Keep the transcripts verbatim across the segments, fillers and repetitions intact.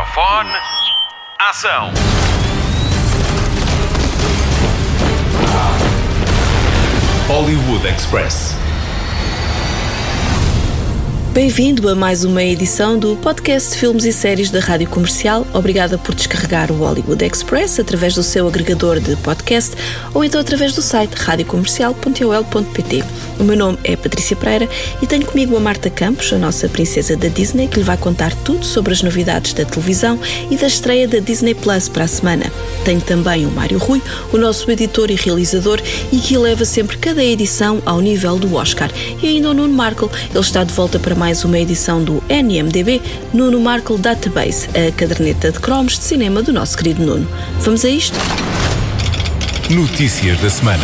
Microfone. Ação. Hollywood Express. Bem-vindo a mais uma edição do podcast de filmes e séries da Rádio Comercial. Obrigada por descarregar o Hollywood Express através do seu agregador de podcast ou então através do site rádio comercial ponto ol ponto pt. O meu nome é Patrícia Pereira e tenho comigo a Marta Campos, a nossa princesa da Disney, que lhe vai contar tudo sobre as novidades da televisão e da estreia da Disney Plus para a semana. Tenho também o Mário Rui, o nosso editor e realizador, e que eleva sempre cada edição ao nível do Oscar. E ainda o Nuno Markle, ele está de volta para mais uma edição do N M D B, Nuno Markle Database, a caderneta de cromos de cinema do nosso querido Nuno. Vamos a isto? Notícias da semana.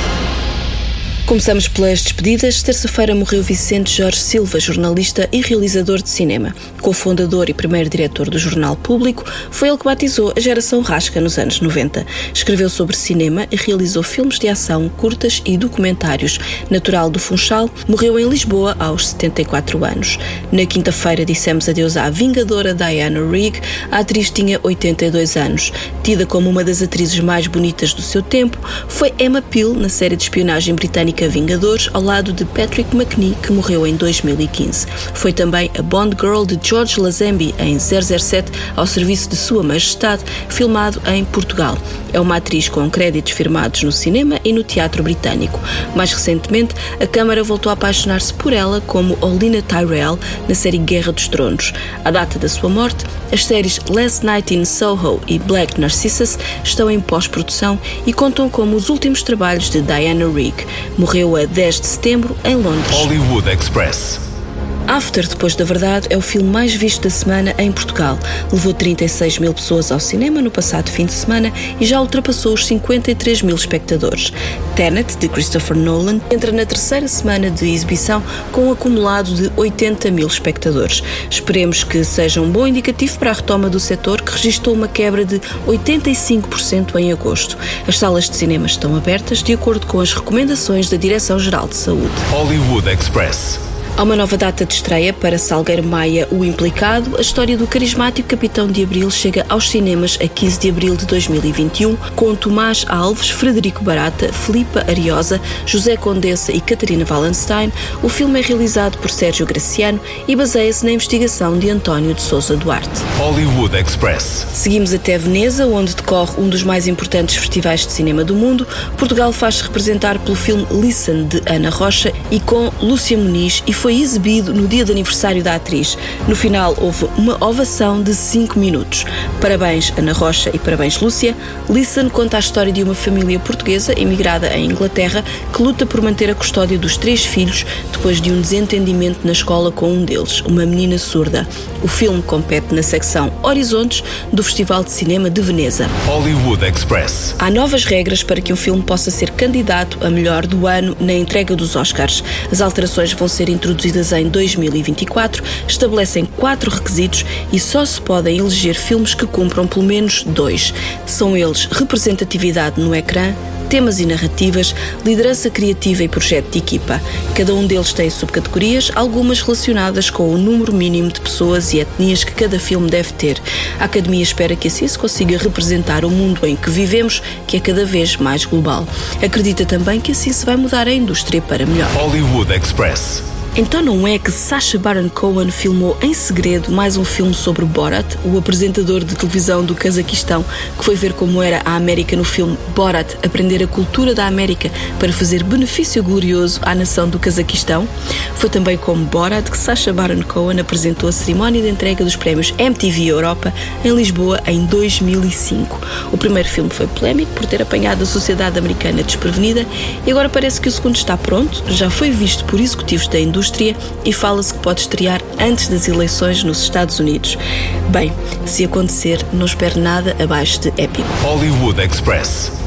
Começamos pelas despedidas. Terça-feira morreu Vicente Jorge Silva, jornalista e realizador de cinema. Cofundador e primeiro diretor do Jornal Público, foi ele que batizou a geração rasca nos anos noventa. Escreveu sobre cinema e realizou filmes de ação, curtas e documentários. Natural do Funchal, morreu em Lisboa aos setenta e quatro anos. Na quinta-feira dissemos adeus à vingadora Diana Rigg. A atriz tinha oitenta e dois anos. Tida como uma das atrizes mais bonitas do seu tempo, foi Emma Peel na série de espionagem britânica Vingadores, ao lado de Patrick McNee, que morreu em dois mil e quinze. Foi também a Bond Girl de George Lazenby em zero zero sete, ao serviço de Sua Majestade, filmado em Portugal. É uma atriz com créditos firmados no cinema e no teatro britânico. Mais recentemente, a Câmara voltou a apaixonar-se por ela como Olenna Tyrell na série Guerra dos Tronos. À data da sua morte, as séries Last Night in Soho e Black Narcissus estão em pós-produção e contam como os últimos trabalhos de Diana Rigg. Morreu a dez de setembro em Londres. Hollywood Express. After, Depois da Verdade, é o filme mais visto da semana em Portugal. Levou trinta e seis mil pessoas ao cinema no passado fim de semana e já ultrapassou os cinquenta e três mil espectadores. Tenet, de Christopher Nolan, entra na terceira semana de exibição com um acumulado de oitenta mil espectadores. Esperemos que seja um bom indicativo para a retoma do setor, que registrou uma quebra de oitenta e cinco por cento em agosto. As salas de cinema estão abertas de acordo com as recomendações da Direção-Geral de Saúde. Hollywood Express. Há uma nova data de estreia para Salgueiro Maia, O Implicado. A história do carismático Capitão de Abril chega aos cinemas a quinze de abril de dois mil e vinte e um, com Tomás Alves, Frederico Barata, Filipa Ariosa, José Condessa e Catarina Wallenstein. O filme é realizado por Sérgio Graciano e baseia-se na investigação de António de Sousa Duarte. Hollywood Express. Seguimos até Veneza, onde decorre um dos mais importantes festivais de cinema do mundo. Portugal faz-se representar pelo filme Listen, de Ana Rocha, e com Lúcia Muniz, e foi exibido no dia de aniversário da atriz. No final houve uma ovação de cinco minutos. Parabéns Ana Rocha e parabéns Lúcia. Listen conta a história de uma família portuguesa emigrada em Inglaterra que luta por manter a custódia dos três filhos depois de um desentendimento na escola com um deles, uma menina surda. O filme compete na secção Horizontes do Festival de Cinema de Veneza. Hollywood Express. Há novas regras para que um filme possa ser candidato a melhor do ano na entrega dos Oscars. As alterações vão ser introduzidas em dois mil e vinte e quatro, estabelecem quatro requisitos e só se podem eleger filmes que cumpram pelo menos dois. São eles representatividade no ecrã, temas e narrativas, liderança criativa e projeto de equipa. Cada um deles tem subcategorias, algumas relacionadas com o número mínimo de pessoas e etnias que cada filme deve ter. A Academia espera que assim se consiga representar o mundo em que vivemos, que é cada vez mais global. Acredita também que assim se vai mudar a indústria para melhor. Hollywood Express. Então não é que Sacha Baron Cohen filmou em segredo mais um filme sobre Borat, o apresentador de televisão do Cazaquistão, que foi ver como era a América no filme Borat, aprender a cultura da América para fazer benefício glorioso à nação do Cazaquistão? Foi também como Borat que Sacha Baron Cohen apresentou a cerimónia de entrega dos prémios M T V Europa em Lisboa em dois mil e cinco. O primeiro filme foi polémico por ter apanhado a sociedade americana desprevenida e agora parece que o segundo está pronto, já foi visto por executivos da indústria e fala-se que pode estrear antes das eleições nos Estados Unidos. Bem, se acontecer, não espero nada abaixo de épico. Hollywood Express.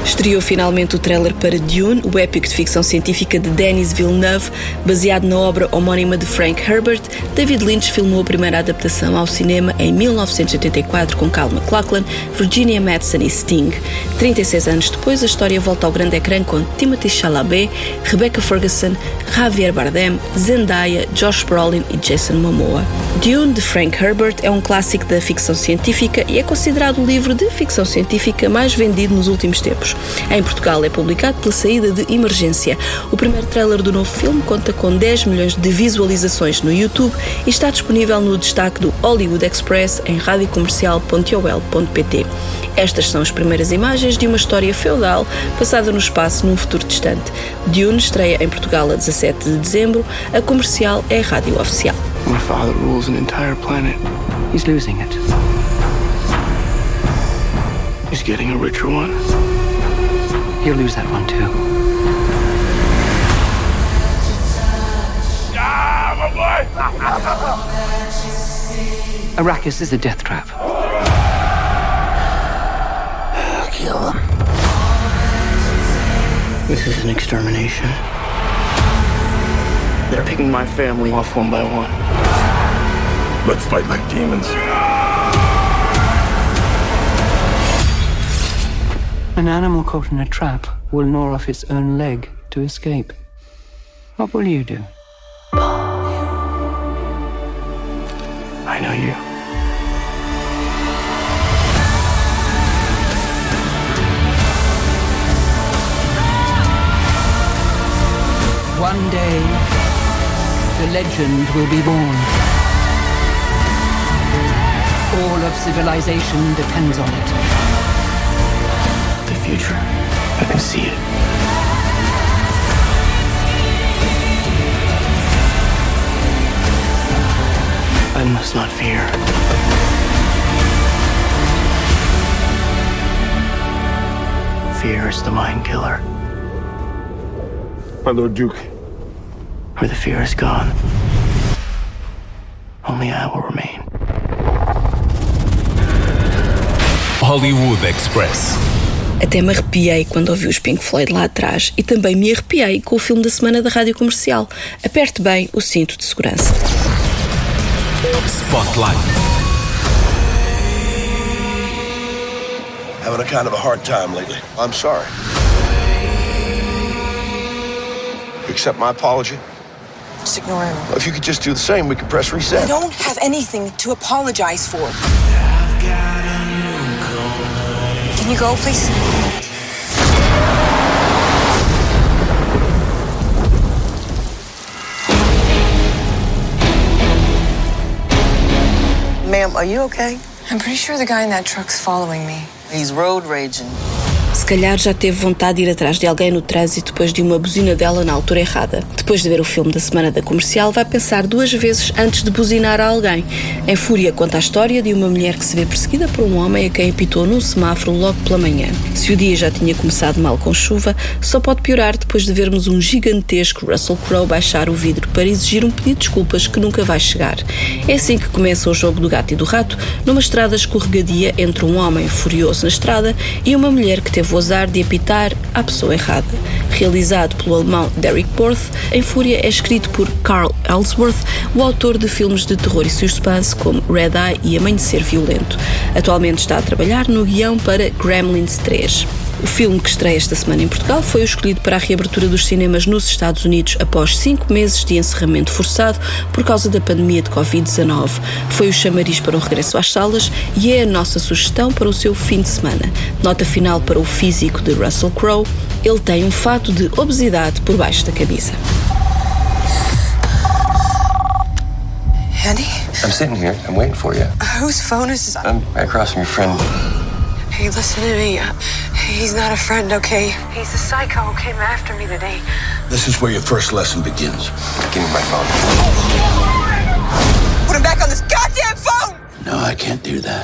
Estreou finalmente o trailer para Dune, o épico de ficção científica de Denis Villeneuve, baseado na obra homónima de Frank Herbert. David Lynch filmou a primeira adaptação ao cinema em mil novecentos e oitenta e quatro com Kyle MacLachlan, Virginia Madsen e Sting. trinta e seis anos depois, a história volta ao grande ecrã com Timothée Chalamet, Rebecca Ferguson, Javier Bardem, Zendaya, Josh Brolin e Jason Momoa. Dune, de Frank Herbert, é um clássico da ficção científica e é considerado o livro de ficção científica mais vendido nos últimos tempos. Em Portugal é publicado pela saída de Emergência. O primeiro trailer do novo filme conta com dez milhões de visualizações no YouTube e está disponível no destaque do Hollywood Express em radiocomercial ponto i o l ponto p t. Estas são as primeiras imagens de uma história feudal passada no espaço num futuro distante. Dune estreia em Portugal a dezassete de dezembro. A Comercial é a rádio oficial. My father rules an entire planet. He's losing it. He's getting a richer one. He'll lose that one too. Arrakis is a death trap. Kill them. This is an extermination. They're picking my family off one by one. Let's fight like demons. An animal caught in a trap will gnaw off its own leg to escape. What will you do? I know you. One day, the legend will be born. All of civilization depends on it. The future. I can see it. I must not fear. Fear is the mind killer. My Lord Duke. Where the fear is gone, only I will remain. Hollywood Express. Até me arrepiei quando ouvi os Pink Floyd lá atrás e também me arrepiei com o filme da semana da Rádio Comercial. Aperte bem o cinto de segurança. Spotlight. Having a kind of a hard time lately. I'm sorry. You accept my apology? Just ignore him. Well, if you could just do the same, we could press reset. I don't have anything to apologize for. Can you go, please? Ma'am, are you okay? I'm pretty sure the guy in that truck's following me. He's road raging. Se calhar já teve vontade de ir atrás de alguém no trânsito depois de uma buzina dela na altura errada. Depois de ver o filme da semana da Comercial, vai pensar duas vezes antes de buzinar a alguém. Em Fúria conta a história de uma mulher que se vê perseguida por um homem a quem apitou num semáforo logo pela manhã. Se o dia já tinha começado mal com chuva, só pode piorar depois de vermos um gigantesco Russell Crowe baixar o vidro para exigir um pedido de desculpas que nunca vai chegar. É assim que começa o jogo do gato e do rato, numa estrada escorregadia entre um homem furioso na estrada e uma mulher que teve o azar de apitar à pessoa errada. Realizado pelo alemão Derek Borth, Em Fúria é escrito por Carl Ellsworth, o autor de filmes de terror e suspense como Red Eye e Amanhecer Violento. Atualmente está a trabalhar no guião para Gremlins três. O filme que estreia esta semana em Portugal foi o escolhido para a reabertura dos cinemas nos Estados Unidos após cinco meses de encerramento forçado por causa da pandemia de covid dezanove. Foi o chamariz para o regresso às salas e é a nossa sugestão para o seu fim de semana. Nota final para o físico de Russell Crowe: ele tem um fato de obesidade por baixo da camisa. Andy? I'm sitting here. I'm waiting for you. Whose phone is this? I'm right across from your friend. Hey, listen to me. Uh, he's not a friend, okay? He's the psycho who came after me today. This is where your first lesson begins. Give me my phone. Put him back on this goddamn phone! No, I can't do that.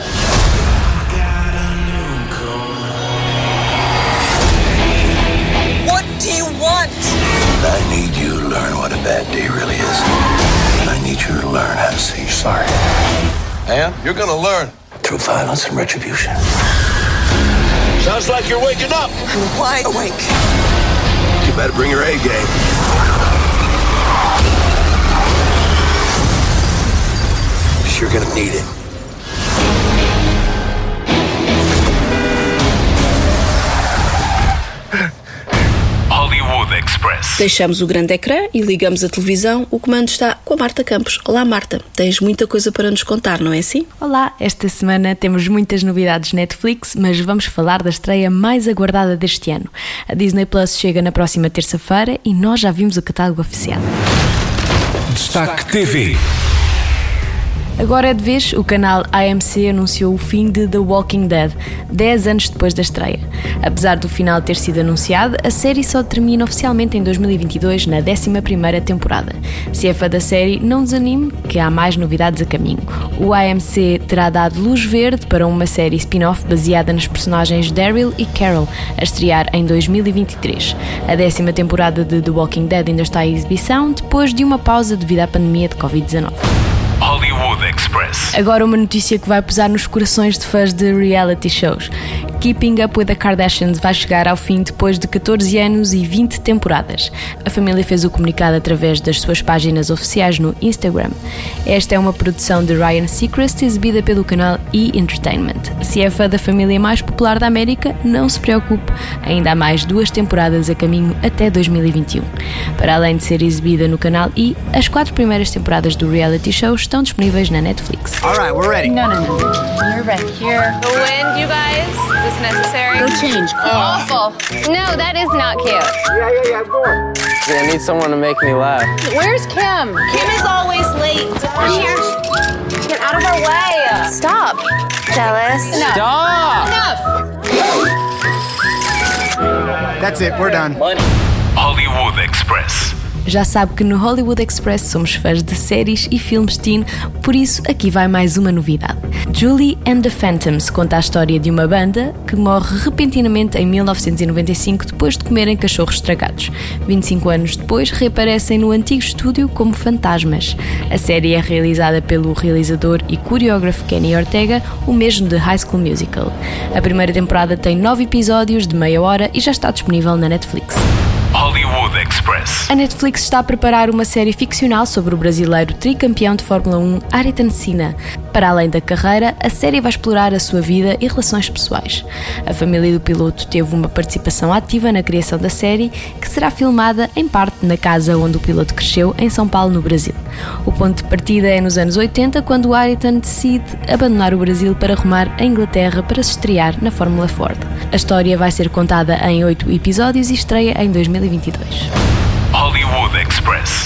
What do you want? I need you to learn what a bad day really is. And I need you to learn how to say you're sorry. And you're gonna learn through violence and retribution. Sounds like you're waking up. I'm wide awake. You better bring your A game. You're gonna need it. Hollywood Express. Deixamos o grande ecrã e ligamos a televisão. O comando está com a Marta Campos. Olá, Marta. Tens muita coisa para nos contar, não é assim? Olá, esta semana temos muitas novidades Netflix, mas vamos falar da estreia mais aguardada deste ano. A Disney Plus chega na próxima terça-feira e nós já vimos o catálogo oficial. Destaque T V. Agora é de vez, o canal A M C anunciou o fim de The Walking Dead, dez anos depois da estreia. Apesar do final ter sido anunciado, a série só termina oficialmente em dois mil e vinte e dois, na décima primeira temporada. Se é fã da série, não desanime, que há mais novidades a caminho. O A M C terá dado luz verde para uma série spin-off baseada nas personagens Daryl e Carol, a estrear em dois mil e vinte e três. A décima temporada de The Walking Dead ainda está em exibição, depois de uma pausa devido à pandemia de covid dezenove. Hollywood Express. Agora uma notícia que vai pesar nos corações de fãs de reality shows. Keeping Up with the Kardashians vai chegar ao fim depois de catorze anos e vinte temporadas. A família fez o comunicado através das suas páginas oficiais no Instagram. Esta é uma produção de Ryan Seacrest exibida pelo canal E! Entertainment. Se é fã da família mais popular da América, não se preocupe, ainda há mais duas temporadas a caminho até dois mil e vinte e um. Para além de ser exibida no canal E!, as quatro primeiras temporadas do reality show estão disponíveis na Netflix. All right, we're ready. No, no, no. You're right here. The wind, you guys. Is this necessary? Go change. Oh. Awful. No, that is not cute. Yeah, yeah, yeah, go on. I need someone to make me laugh. Where's Kim? Kim is always late. Here. Get out of our way. Stop. Jealous. No. Stop! Enough. That's it, we're done. Hollywood Express. Já sabe que no Hollywood Express somos fãs de séries e filmes teen, por isso aqui vai mais uma novidade. Julie and the Phantoms conta a história de uma banda que morre repentinamente em mil novecentos e noventa e cinco depois de comerem cachorros estragados. vinte e cinco anos depois reaparecem no antigo estúdio como fantasmas. A série é realizada pelo realizador e coreógrafo Kenny Ortega, o mesmo de High School Musical. A primeira temporada tem nove episódios de meia hora e já está disponível na Netflix. Hollywood Express. A Netflix está a preparar uma série ficcional sobre o brasileiro tricampeão de Fórmula um, Ayrton Senna. Para além da carreira, a série vai explorar a sua vida e relações pessoais. A família do piloto teve uma participação ativa na criação da série, que será filmada em parte na casa onde o piloto cresceu, em São Paulo, no Brasil. O ponto de partida é nos anos oitenta, quando o Ayrton decide abandonar o Brasil para rumar à Inglaterra para se estrear na Fórmula Ford. A história vai ser contada em oito episódios e estreia em dois mil e vinte e dois. Hollywood Express.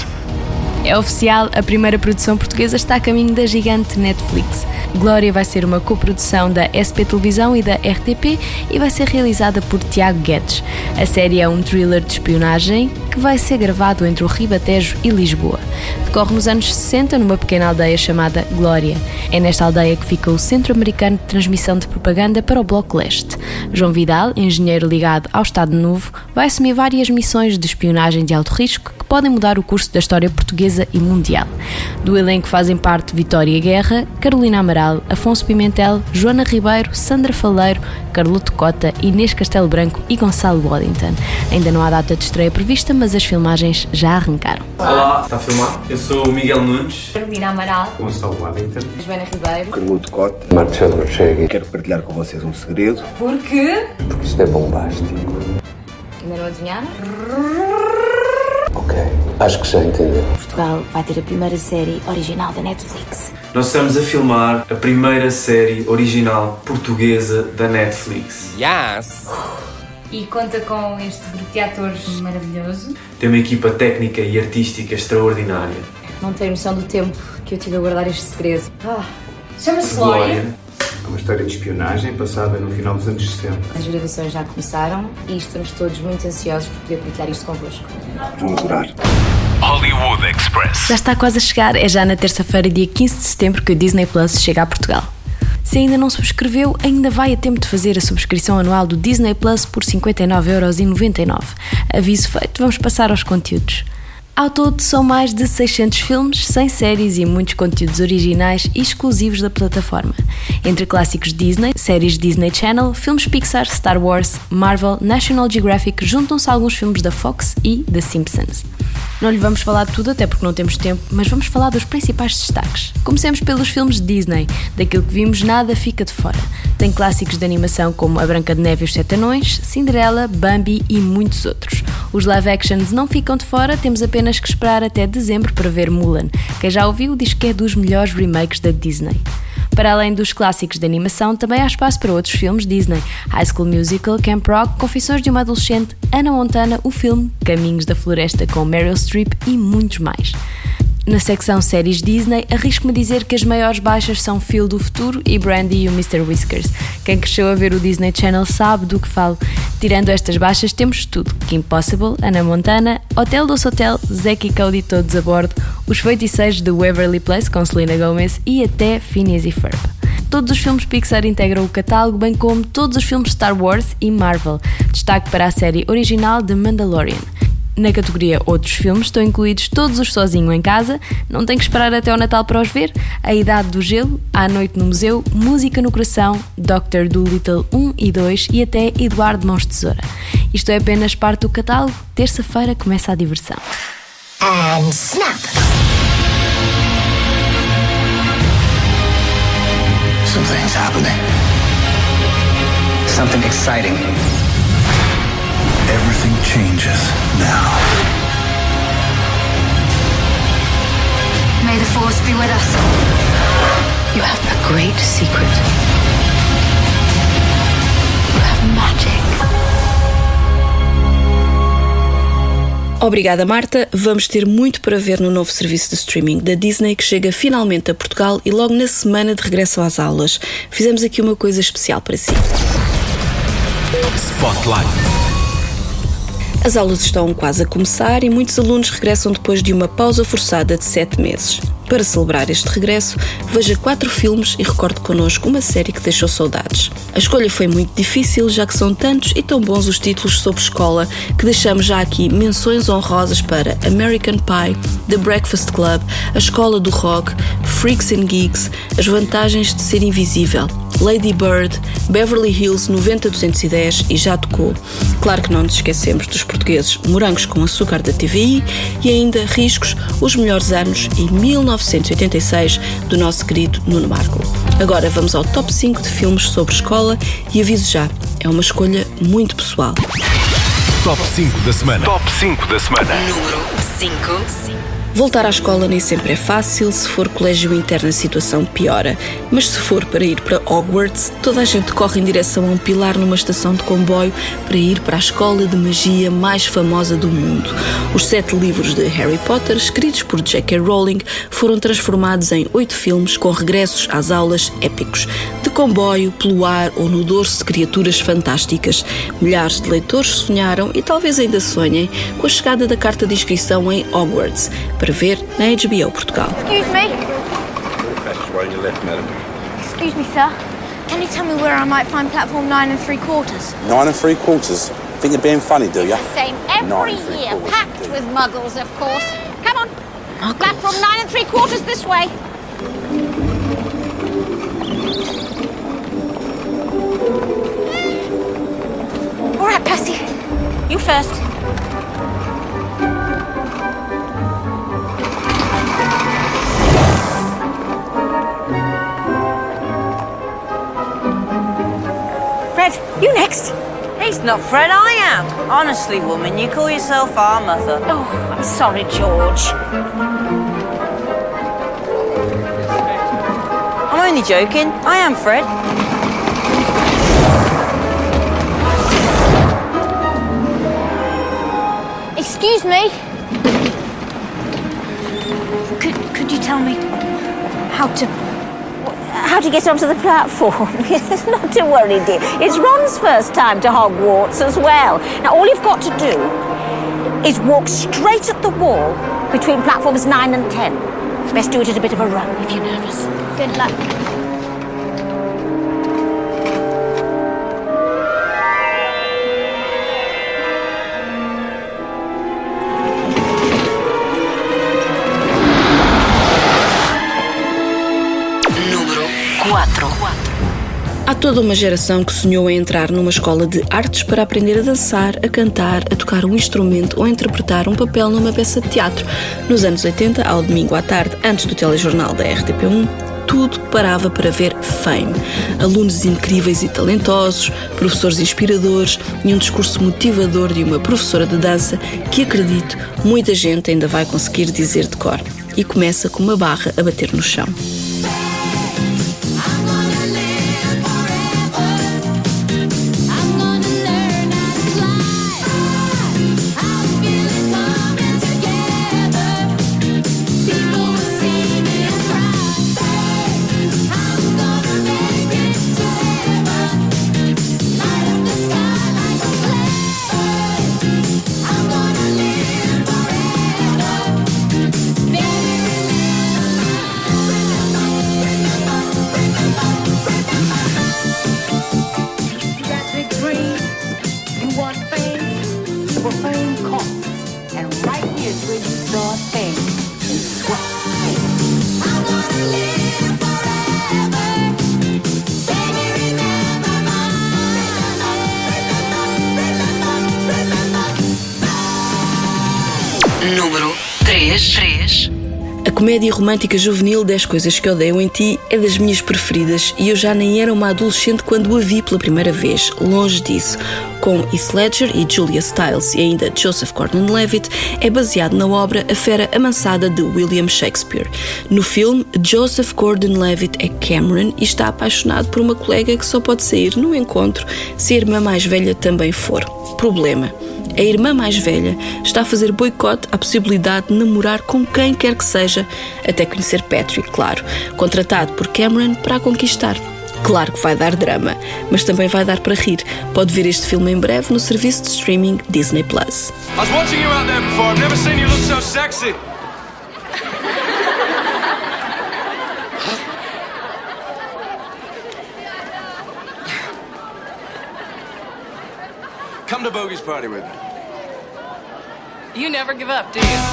É oficial, a primeira produção portuguesa está a caminho da gigante Netflix. Glória vai ser uma coprodução da S P Televisão e da R T P e vai ser realizada por Tiago Guedes. A série é um thriller de espionagem que vai ser gravado entre o Ribatejo e Lisboa. Decorre nos anos sessenta numa pequena aldeia chamada Glória. É nesta aldeia que fica o Centro Americano de Transmissão de Propaganda para o Bloco Leste. João Vidal, engenheiro ligado ao Estado Novo, vai assumir várias missões de espionagem de alto risco que podem mudar o curso da história portuguesa e mundial. Do elenco fazem parte Vitória Guerra, Carolina Amaral, Afonso Pimentel, Joana Ribeiro, Sandra Faleiro, Carloto Cota, Inês Castelo Branco e Gonçalo Waddington. Ainda não há data de estreia prevista, mas as filmagens já arrancaram. Olá, está a filmar? Eu sou o Miguel Nunes. Carolina Amaral. Gonçalo Waddington. Joana Ribeiro. Carloto Cota. Marcelo Chega. Quero partilhar com vocês um segredo. Por quê? Porque isto é bombástico. Ainda não adivinharam? Ok, acho que já entendeu. Portugal vai ter a primeira série original da Netflix. Nós estamos a filmar a primeira série original portuguesa da Netflix. Yes! E conta com este grupo de atores maravilhoso. Tem uma equipa técnica e artística extraordinária. Não tenho noção do tempo que eu tive a guardar este segredo. Ah, chama-se Glória. É uma história de espionagem passada no final dos anos sessenta. As gravações já começaram e estamos todos muito ansiosos por poder partilhar isto convosco. Vão adorar. Hollywood Express. Já está quase a chegar, é já na terça-feira, dia quinze de setembro, que o Disney Plus chega a Portugal. Se ainda não subscreveu, ainda vai a tempo de fazer a subscrição anual do Disney Plus por cinquenta e nove euros e noventa e nove centavos. Aviso feito, vamos passar aos conteúdos. Ao todo, são mais de seiscentos filmes, cem séries e muitos conteúdos originais e exclusivos da plataforma. Entre clássicos Disney, séries Disney Channel, filmes Pixar, Star Wars, Marvel, National Geographic, juntam-se alguns filmes da Fox e da Simpsons. Não lhe vamos falar de tudo, até porque não temos tempo, mas vamos falar dos principais destaques. Comecemos pelos filmes Disney. Daquilo que vimos, nada fica de fora. Tem clássicos de animação como A Branca de Neve e os Sete Anões, Cinderela, Bambi e muitos outros. Os live actions não ficam de fora, temos apenas que esperar até dezembro para ver Mulan. Quem já ouviu diz que é dos melhores remakes da Disney. Para além dos clássicos de animação, também há espaço para outros filmes Disney: High School Musical, Camp Rock, Confissões de uma Adolescente, Hannah Montana, o filme Caminhos da Floresta com Meryl Streep e muitos mais. Na secção séries Disney, arrisco-me a dizer que as maiores baixas são Phil do Futuro e Brandy e o mister Whiskers. Quem cresceu a ver o Disney Channel sabe do que falo. Tirando estas baixas, temos tudo: Kim Possible, Hannah Montana, Hotel do Hotel, Zack e Cody todos a bordo, Os Feiticeiros de Waverly Place com Selena Gomez e até Phineas e Ferb. Todos os filmes Pixar integram o catálogo, bem como todos os filmes Star Wars e Marvel. Destaque para a série original The Mandalorian. Na categoria Outros Filmes estão incluídos todos os Sozinho em Casa, Não Tem que Esperar até ao Natal para os ver, A Idade do Gelo, À Noite no Museu, Música no Coração, doutor Dolittle um e dois e até Eduardo Mãos de Tesoura. Isto é apenas parte do catálogo. Terça-feira começa a diversão. And snap! Something's happening. Something exciting. Everything changes now. May the Force be with us. You have a great secret. You have magic. Obrigada, Marta. Vamos ter muito para ver no novo serviço de streaming da Disney que chega finalmente a Portugal e logo na semana de regresso às aulas. Fizemos aqui uma coisa especial para si. Spotlight. As aulas estão quase a começar e muitos alunos regressam depois de uma pausa forçada de sete meses. Para celebrar este regresso, veja quatro filmes e recorde connosco uma série que deixou saudades. A escolha foi muito difícil, já que são tantos e tão bons os títulos sobre escola que deixamos já aqui menções honrosas para American Pie, The Breakfast Club, A Escola do Rock, Freaks and Geeks, As Vantagens de Ser Invisível, Lady Bird, Beverly Hills noventa duzentos e dez e Já Tocou. Claro que não nos esquecemos dos portugueses Morangos com Açúcar da T V I e ainda Riscos, Os Melhores Anos e mil novecentos e oitenta e seis do nosso querido Nuno Marco. Agora vamos ao top cinco de filmes sobre escola e aviso já, é uma escolha muito pessoal. Top cinco da semana. Top cinco da semana. Número cinco. Voltar à escola nem sempre é fácil, se for colégio interno a situação piora, mas se for para ir para Hogwarts, toda a gente corre em direção a um pilar numa estação de comboio para ir para a escola de magia mais famosa do mundo. Os sete livros de Harry Potter, escritos por J K Rowling, foram transformados em oito filmes com regressos às aulas épicos, de comboio, pelo ar ou no dorso de criaturas fantásticas. Milhares de leitores sonharam e talvez ainda sonhem com a chegada da carta de inscrição em Hogwarts, para ver na H B O Portugal. Excuse me. Excuse me, sir. Can you tell me where I might find platform nine and three quarters? Nine and three quarters? Think you're being funny, do you? Same every year, packed with muggles, of course. Come on. Muggles. Platform nine and three quarters this way. All right, Percy. You first. You next. He's not Fred, I am. Honestly, woman, you call yourself our mother. Oh, I'm sorry, George. I'm only joking. I am Fred. Excuse me. Could, could you tell me how to... how to get onto the platform? Not to worry, dear. It's Ron's first time to Hogwarts as well. Now, all you've got to do is walk straight at the wall between platforms nine and ten. Best do it at a bit of a run if you're nervous. Good luck. quatro. Há toda uma geração que sonhou em entrar numa escola de artes para aprender a dançar, a cantar, a tocar um instrumento ou a interpretar um papel numa peça de teatro. Nos anos oitenta, ao domingo à tarde, antes do telejornal da R T P um, tudo parava para ver Fame. Alunos incríveis e talentosos, professores inspiradores e um discurso motivador de uma professora de dança que, acredito, muita gente ainda vai conseguir dizer de cor. E começa com uma barra a bater no chão. Número três. A comédia romântica juvenil dez Coisas que Odeio em Ti é das minhas preferidas e eu já nem era uma adolescente quando a vi pela primeira vez, longe disso. Com Heath Ledger e Julia Stiles e ainda Joseph Gordon-Levitt, é baseado na obra A Fera Amansada de William Shakespeare. No filme, Joseph Gordon-Levitt é Cameron e está apaixonado por uma colega que só pode sair no encontro se a irmã mais velha também for. Problema: a irmã mais velha está a fazer boicote à possibilidade de namorar com quem quer que seja, até conhecer Patrick, claro, contratado por Cameron para a conquistar. Claro que vai dar drama, mas também vai dar para rir. Pode ver este filme em breve no serviço de streaming Disney Plus. I was watching you out there before. I've never seen you look so sexy. Come to Bogey's party with me. You never give up, do you?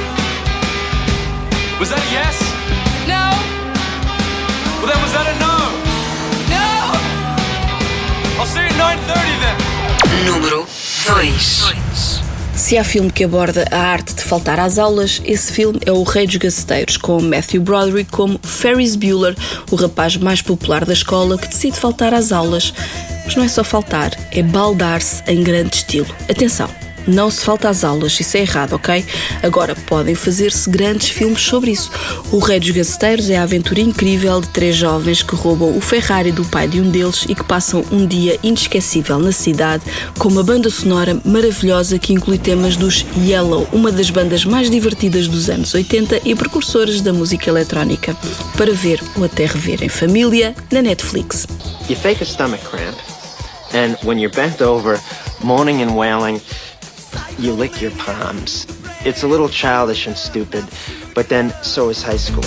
Was that a yes? No. Well, then was that a no? No. I'll see you at nine thirty then. Número dois. Se há filme que aborda a arte de faltar às aulas, esse filme é O Rei dos Gaceteiros, com Matthew Broderick como Ferris Bueller, o rapaz mais popular da escola que decide faltar às aulas. Mas não é só faltar, é baldar-se em grande estilo. Atenção, não se falta às aulas, isso é errado, ok? Agora, podem fazer-se grandes filmes sobre isso. O Rei dos Gaceteiros é a aventura incrível de três jovens que roubam o Ferrari do pai de um deles e que passam um dia inesquecível na cidade com uma banda sonora maravilhosa que inclui temas dos Yellow, uma das bandas mais divertidas dos anos oitenta e precursoras da música eletrónica. Para ver ou até rever em família, na Netflix. You fake a stomach cramp, and when you're bent over, moaning and wailing, you lick your palms. It's a little childish and stupid, but then so is high school.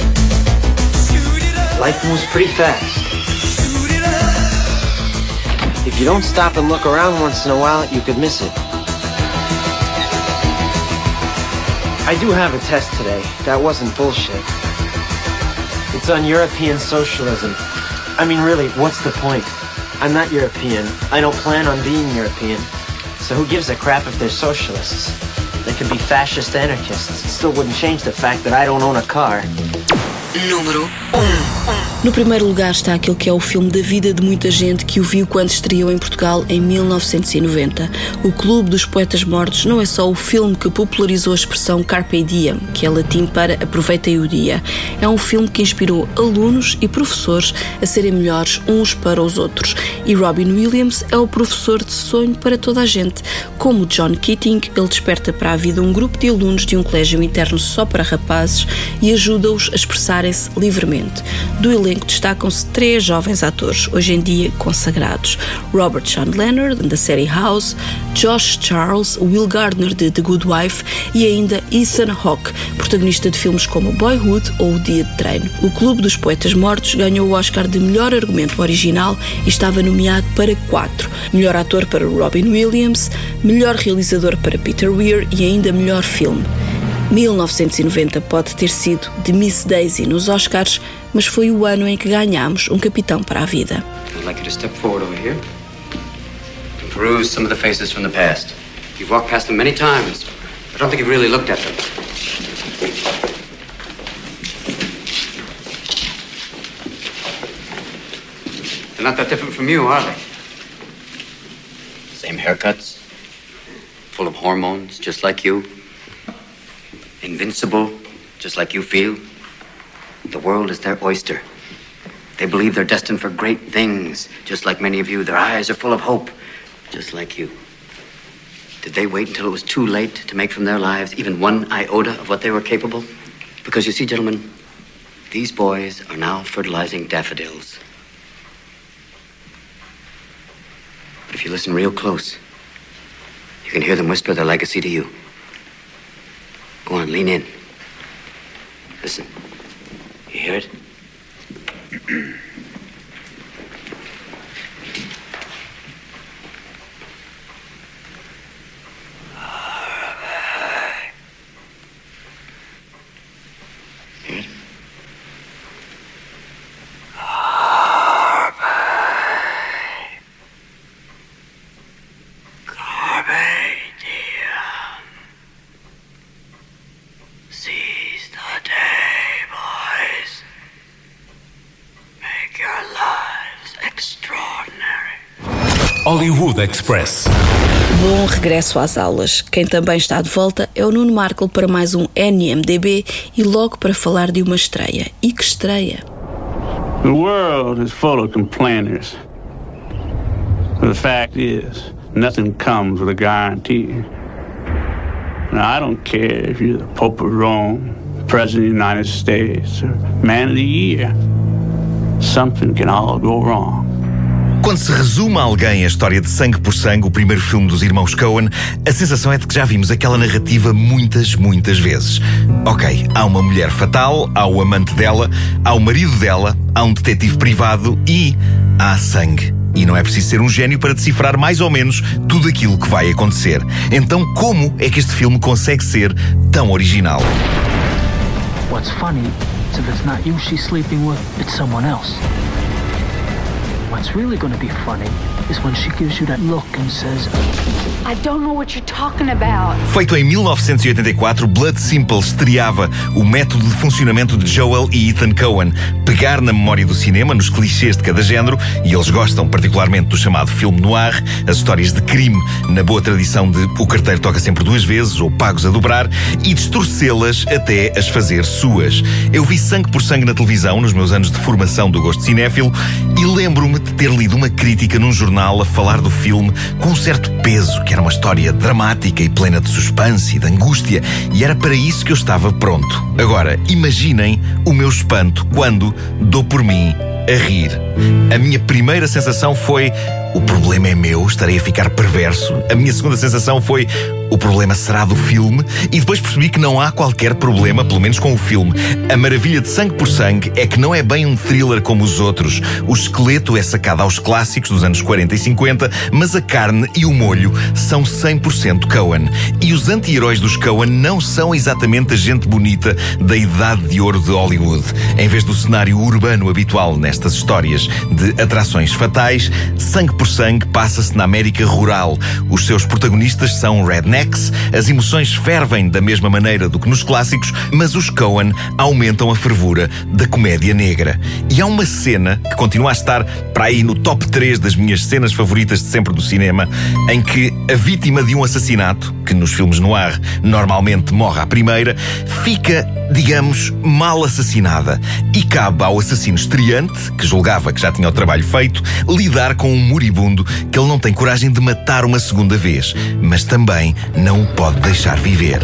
Life moves pretty fast. If you don't stop and look around once in a while, you could miss it. I do have a test today. That wasn't bullshit. It's on European socialism. I mean, really, what's the point? I'm not European. I don't plan on being European. So who gives a crap if they're socialists? They could be fascist anarchists. It still wouldn't change the fact that I don't own a car. Número No primeiro lugar está aquele que é o filme da vida de muita gente que o viu quando estreou em Portugal em mil novecentos e noventa. O Clube dos Poetas Mortos não é só o filme que popularizou a expressão Carpe Diem, que é latim para aproveitem o dia. É um filme que inspirou alunos e professores a serem melhores uns para os outros. E Robin Williams é o professor de sonho para toda a gente. Como John Keating, ele desperta para a vida um grupo de alunos de um colégio interno só para rapazes e ajuda-os a expressarem-se livremente. Do elenco destacam-se três jovens atores, hoje em dia consagrados: Robert Sean Leonard, da série House, Josh Charles, Will Gardner, de The Good Wife, e ainda Ethan Hawke, protagonista de filmes como Boyhood ou O Dia de Treino. O Clube dos Poetas Mortos ganhou o Oscar de melhor argumento original e estava nomeado para quatro: melhor ator para Robin Williams, melhor realizador para Peter Weir e ainda melhor filme. mil novecentos e noventa pode ter sido de Miss Daisy nos Oscars, mas foi o ano em que ganhámos um capitão para a vida. I'd like you to step forward over here and peruse some of the faces from the past. You've walked past them many times. I don't think you've really looked at them. They're not that different from you, are they? Same haircuts, full of hormones, just like you. Invincible, just like you feel. The world is their oyster. They believe they're destined for great things, just like many of you. Their eyes are full of hope, just like you. Did they wait until it was too late to make from their lives even one iota of what they were capable? Because you see, gentlemen, these boys are now fertilizing daffodils. But if you listen real close, you can hear them whisper their legacy to you. Go on, lean in. Listen. You hear it? Hear it? Hollywood Express. Bom regresso às aulas. Quem também está de volta é o Nuno Markle para mais um N M D B e logo para falar de uma estreia. E que estreia! The world is full of complainers. But the fact is, nothing comes with a guarantee. Now, I don't care if you're the Pope of Rome, President of the United States, or Man of the Year. Something can all go wrong. Quando se resume a alguém a história de Sangue por Sangue, o primeiro filme dos irmãos Coen, a sensação é de que já vimos aquela narrativa muitas, muitas vezes. Ok, há uma mulher fatal, há o amante dela, há o marido dela, há um detetive privado e há sangue. E não é preciso ser um gênio para decifrar mais ou menos tudo aquilo que vai acontecer. Então, como é que este filme consegue ser tão original? What's funny is if it's not you she's sleeping with, it's someone else. What's really going to be funny is when she gives you that look and says, I don't know what you're talking about. Feito em mil novecentos e oitenta e quatro, Blood Simple estreava o método de funcionamento de Joel e Ethan Coen. Pegar na memória do cinema, nos clichês de cada género, e eles gostam particularmente do chamado filme noir, as histórias de crime, na boa tradição de O Carteiro Toca Sempre Duas Vezes ou Pagos a Dobrar, e distorcê-las até as fazer suas. Eu vi Sangue por Sangue na televisão, nos meus anos de formação do gosto cinéfilo, e lembro-me de ter lido uma crítica num jornal a falar do filme com um certo peso, que era uma história dramática e plena de suspense e de angústia, e era para isso que eu estava pronto. Agora, imaginem o meu espanto quando dou por mim a rir. A minha primeira sensação foi: o problema é meu, estarei a ficar perverso. A minha segunda sensação foi: o problema será do filme. E depois percebi que não há qualquer problema, pelo menos com o filme. A maravilha de Sangue por Sangue é que não é bem um thriller como os outros. O esqueleto é sacado aos clássicos dos anos quarenta e cinquenta, mas a carne e o molho são cem por cento Coen. E os anti-heróis dos Coen não são exatamente a gente bonita da idade de ouro de Hollywood. Em vez do cenário urbano habitual nestas histórias de atrações fatais, Sangue por Sangue passa-se na América rural. Os seus protagonistas são rednecks, as emoções fervem da mesma maneira do que nos clássicos, mas os Coen aumentam a fervura da comédia negra. E há uma cena que continua a estar para aí no top três das minhas cenas favoritas de sempre do cinema, em que a vítima de um assassinato, que nos filmes noir normalmente morre à primeira, fica, digamos, mal assassinada. E cabe ao assassino estreante, que julgava que já tinha o trabalho feito, lidar com um moribundo que ele não tem coragem de matar uma segunda vez, mas também não o pode deixar viver.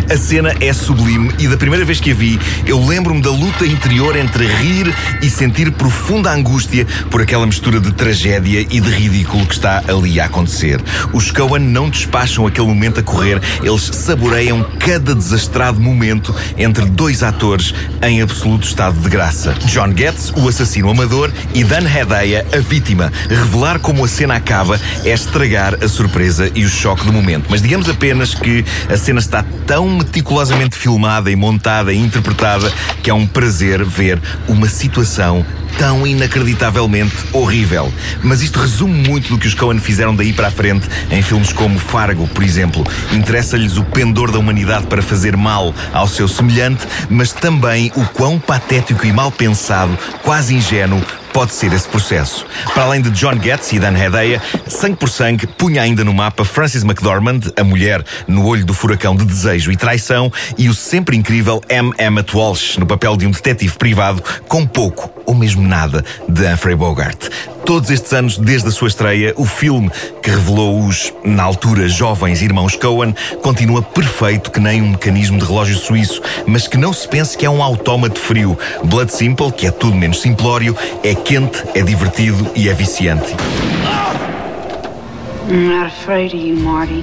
A cena é sublime e da primeira vez que a vi, eu lembro-me da luta interior entre rir e sentir profunda angústia por aquela mistura de tragédia e de ridículo que está ali a acontecer. Os Coen não despacham aquele momento a correr, eles saboreiam cada desastrado momento entre dois atores em absoluto estado de graça. John Getz, o assassino amador, e Dan Hedaya, a vítima. Revelar como a cena acaba é estragar a surpresa e o choque do momento. Mas digamos apenas que a cena está tão meticulosamente filmada e montada e interpretada que é um prazer ver uma situação tão inacreditavelmente horrível. Mas isto resume muito do que os Coen fizeram daí para a frente em filmes como Fargo, por exemplo. Interessa-lhes o pendor da humanidade para fazer mal ao seu semelhante, mas também o quão patético e mal pensado, quase ingênuo, pode ser esse processo. Para além de John Getz e Dan Hedaya, Sangue por Sangue punha ainda no mapa Frances McDormand, a mulher no olho do furacão de desejo e traição, e o sempre incrível M. Emmett Walsh, no papel de um detetive privado, com pouco ou mesmo nada de Humphrey Bogart. Todos estes anos, desde a sua estreia, o filme que revelou os, na altura, jovens irmãos Coen, continua perfeito que nem um mecanismo de relógio suíço, mas que não se pense que é um autómato frio. Blood Simple, que é tudo menos simplório, é quente, é divertido e é viciante. I'm not afraid of you, Marty.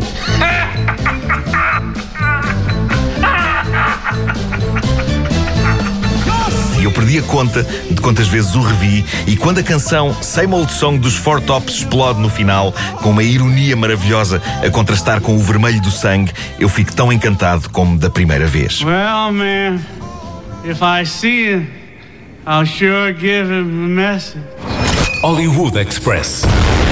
E eu perdi a conta de quantas vezes o revi, e quando a canção Same Old Song dos Four Tops explode no final, com uma ironia maravilhosa a contrastar com o vermelho do sangue, eu fico tão encantado como da primeira vez. Well, man, if I see him, I'll sure give him a message. Hollywood Express.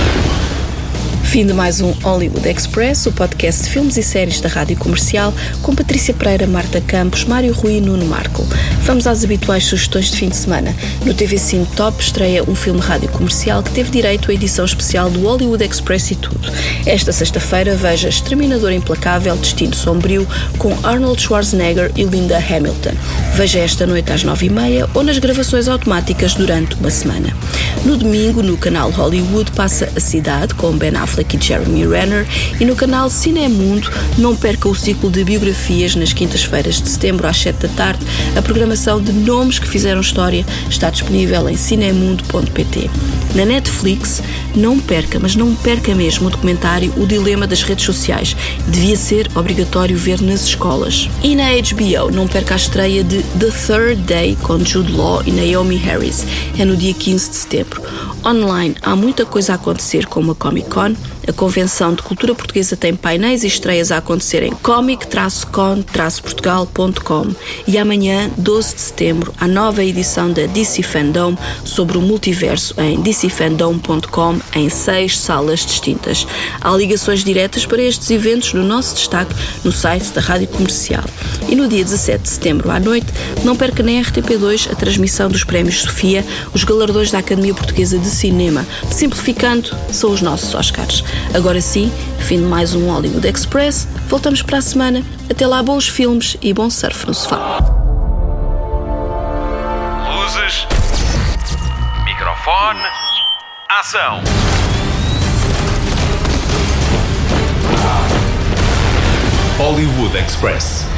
Fim de mais um Hollywood Express, o podcast de filmes e séries da Rádio Comercial, com Patrícia Pereira, Marta Campos, Mário Rui e Nuno Marco. Vamos às habituais sugestões de fim de semana. No T V Cine Top estreia um filme Rádio Comercial que teve direito à edição especial do Hollywood Express e tudo. Esta sexta-feira veja Exterminador Implacável, Destino Sombrio, com Arnold Schwarzenegger e Linda Hamilton. Veja esta noite às nove e meia ou nas gravações automáticas durante uma semana. No domingo, no canal Hollywood, passa A Cidade, com Ben Affleck e Jeremy Renner, e no canal Cinemundo não perca o ciclo de biografias nas quintas-feiras de setembro às sete da tarde. A programação de nomes que fizeram história está disponível em cinemundo ponto pt. Na Netflix, não perca, mas não perca mesmo o documentário O Dilema das Redes Sociais. Devia ser obrigatório ver nas escolas. E na H B O, não perca a estreia de The Third Day com Jude Law e Naomi Harris. É no dia quinze de setembro. Online há muita coisa a acontecer, como a Comic Con. A Convenção de Cultura Portuguesa tem painéis e estreias a acontecer em comic con portugal ponto com. E amanhã, doze de setembro, a nova edição da D C Fandom sobre o multiverso em d c fandom ponto com, em seis salas distintas. Há ligações diretas para estes eventos no nosso destaque no site da Rádio Comercial. E no dia dezassete de setembro à noite, não perca na R T P dois a transmissão dos Prémios Sofia, os galardões da Academia Portuguesa de Cinema. Simplificando, são os nossos Oscars. Agora sim, fim de mais um Hollywood Express. Voltamos para a semana. Até lá, bons filmes e bom surf no sofá. Luzes. Microfone. Ação. Hollywood Express.